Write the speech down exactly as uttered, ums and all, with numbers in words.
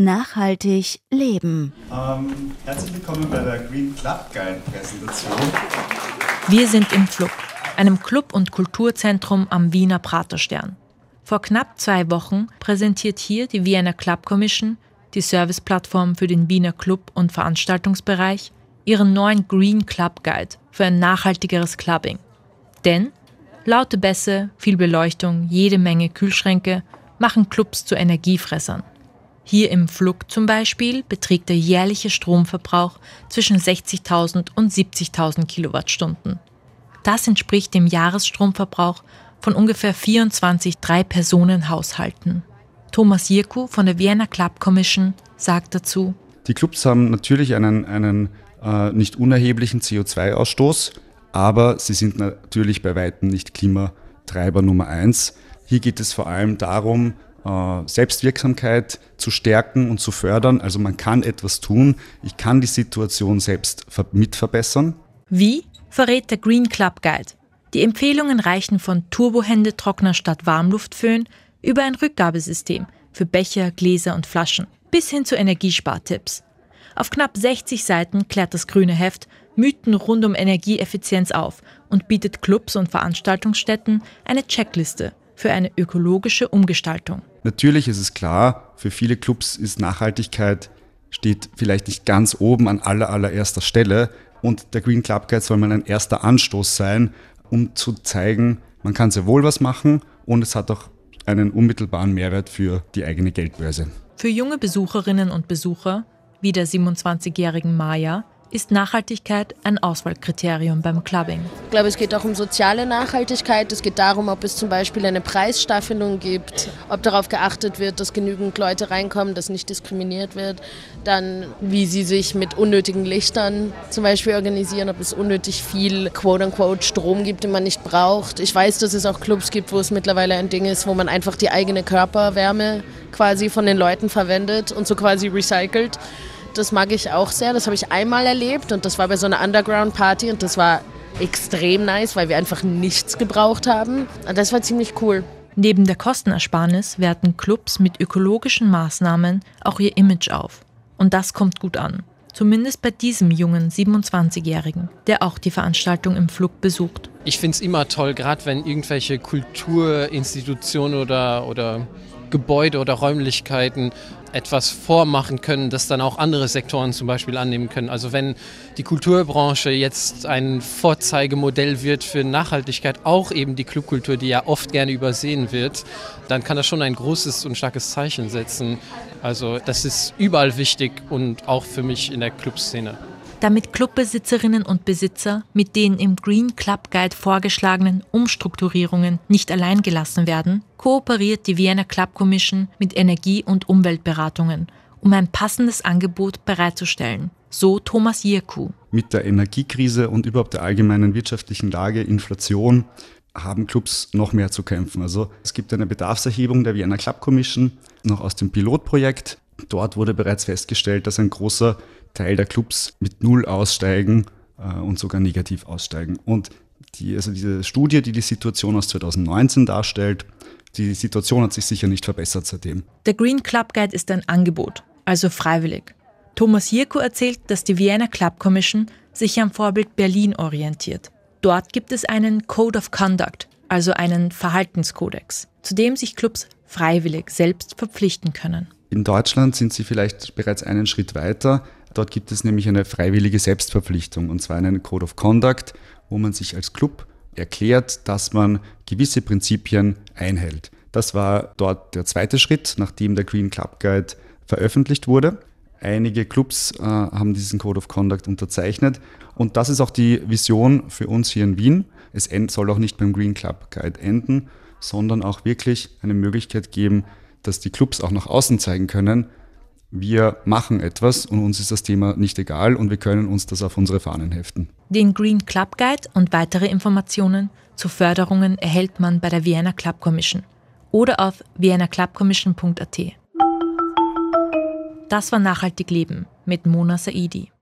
Nachhaltig leben. Ähm, herzlich willkommen bei der Green Club Guide Präsentation. Wir sind im Flug, einem Club- und Kulturzentrum am Wiener Praterstern. Vor knapp zwei Wochen präsentiert hier die Vienna Club Commission, die Serviceplattform für den Wiener Club- und Veranstaltungsbereich, ihren neuen Green Club Guide für ein nachhaltigeres Clubbing. Denn laute Bässe, viel Beleuchtung, jede Menge Kühlschränke machen Clubs zu Energiefressern. Hier im Flug zum Beispiel beträgt der jährliche Stromverbrauch zwischen sechzigtausend und siebzigtausend Kilowattstunden. Das entspricht dem Jahresstromverbrauch von ungefähr vierundzwanzig Drei-Personen-Haushalten. Thomas Jirku von der Vienna Club Commission sagt dazu: Die Clubs haben natürlich einen, einen äh, nicht unerheblichen C O zwei Ausstoß, aber sie sind natürlich bei weitem nicht Klimatreiber Nummer eins. Hier geht es vor allem darum, äh, Selbstwirksamkeit zu stärken und zu fördern. Also man kann etwas tun. Ich kann die Situation selbst ver- mitverbessern. Wie, verrät der Green Club Guide. Die Empfehlungen reichen von Turbohändetrockner statt Warmluftföhn über ein Rückgabesystem für Becher, Gläser und Flaschen bis hin zu Energiespartipps. Auf knapp sechzig Seiten klärt das grüne Heft Mythen rund um Energieeffizienz auf und bietet Clubs und Veranstaltungsstätten eine Checkliste für eine ökologische Umgestaltung. Natürlich ist es klar, für viele Clubs ist Nachhaltigkeit steht vielleicht nicht ganz oben an aller, allererster Stelle. Und der Green Club Guide soll mal ein erster Anstoß sein, um zu zeigen, man kann sehr wohl was machen und es hat auch einen unmittelbaren Mehrwert für die eigene Geldbörse. Für junge Besucherinnen und Besucher, wie der siebenundzwanzigjährigen Maya, ist Nachhaltigkeit ein Auswahlkriterium beim Clubbing. Ich glaube, es geht auch um soziale Nachhaltigkeit. Es geht darum, ob es zum Beispiel eine Preisstaffelung gibt, ob darauf geachtet wird, dass genügend Leute reinkommen, dass nicht diskriminiert wird. Dann, wie sie sich mit unnötigen Lichtern zum Beispiel organisieren, ob es unnötig viel quote-unquote Strom gibt, den man nicht braucht. Ich weiß, dass es auch Clubs gibt, wo es mittlerweile ein Ding ist, wo man einfach die eigene Körperwärme quasi von den Leuten verwendet und so quasi recycelt. Das mag ich auch sehr, das habe ich einmal erlebt und das war bei so einer Underground-Party und das war extrem nice, weil wir einfach nichts gebraucht haben und das war ziemlich cool. Neben der Kostenersparnis werten Clubs mit ökologischen Maßnahmen auch ihr Image auf. Und das kommt gut an. Zumindest bei diesem jungen siebenundzwanzigjährigen, der auch die Veranstaltung im Flug besucht. Ich finde es immer toll, gerade wenn irgendwelche Kulturinstitutionen oder, oder Gebäude oder Räumlichkeiten etwas vormachen können, das dann auch andere Sektoren zum Beispiel annehmen können. Also wenn die Kulturbranche jetzt ein Vorzeigemodell wird für Nachhaltigkeit, auch eben die Clubkultur, die ja oft gerne übersehen wird, dann kann das schon ein großes und starkes Zeichen setzen. Also das ist überall wichtig und auch für mich in der Clubszene. Damit Clubbesitzerinnen und Besitzer mit den im Green Club Guide vorgeschlagenen Umstrukturierungen nicht allein gelassen werden, kooperiert die Vienna Club Commission mit Energie- und Umweltberatungen, um ein passendes Angebot bereitzustellen. So Thomas Jirku. Mit der Energiekrise und überhaupt der allgemeinen wirtschaftlichen Lage, Inflation, haben Clubs noch mehr zu kämpfen. Also es gibt eine Bedarfserhebung der Vienna Club Commission, noch aus dem Pilotprojekt. Dort wurde bereits festgestellt, dass ein großer Teil der Clubs mit Null aussteigen äh, und sogar negativ aussteigen. Und die, also diese Studie, die die Situation aus zweitausendneunzehn darstellt, die Situation hat sich sicher nicht verbessert seitdem. Der Green Club Guide ist ein Angebot, also freiwillig. Thomas Jirku erzählt, dass die Vienna Club Commission sich am Vorbild Berlin orientiert. Dort gibt es einen Code of Conduct, also einen Verhaltenskodex, zu dem sich Clubs freiwillig selbst verpflichten können. In Deutschland sind sie vielleicht bereits einen Schritt weiter. Dort gibt es nämlich eine freiwillige Selbstverpflichtung, und zwar einen Code of Conduct, wo man sich als Club erklärt, dass man gewisse Prinzipien einhält. Das war dort der zweite Schritt, nachdem der Green Club Guide veröffentlicht wurde. Einige Clubs äh, haben diesen Code of Conduct unterzeichnet und das ist auch die Vision für uns hier in Wien. Es soll auch nicht beim Green Club Guide enden, sondern auch wirklich eine Möglichkeit geben, dass die Clubs auch nach außen zeigen können, wir machen etwas und uns ist das Thema nicht egal und wir können uns das auf unsere Fahnen heften. Den Green Club Guide und weitere Informationen zu Förderungen erhält man bei der Vienna Club Commission oder auf vienna club commission punkt a t. Das war Nachhaltig Leben mit Mona Saidi.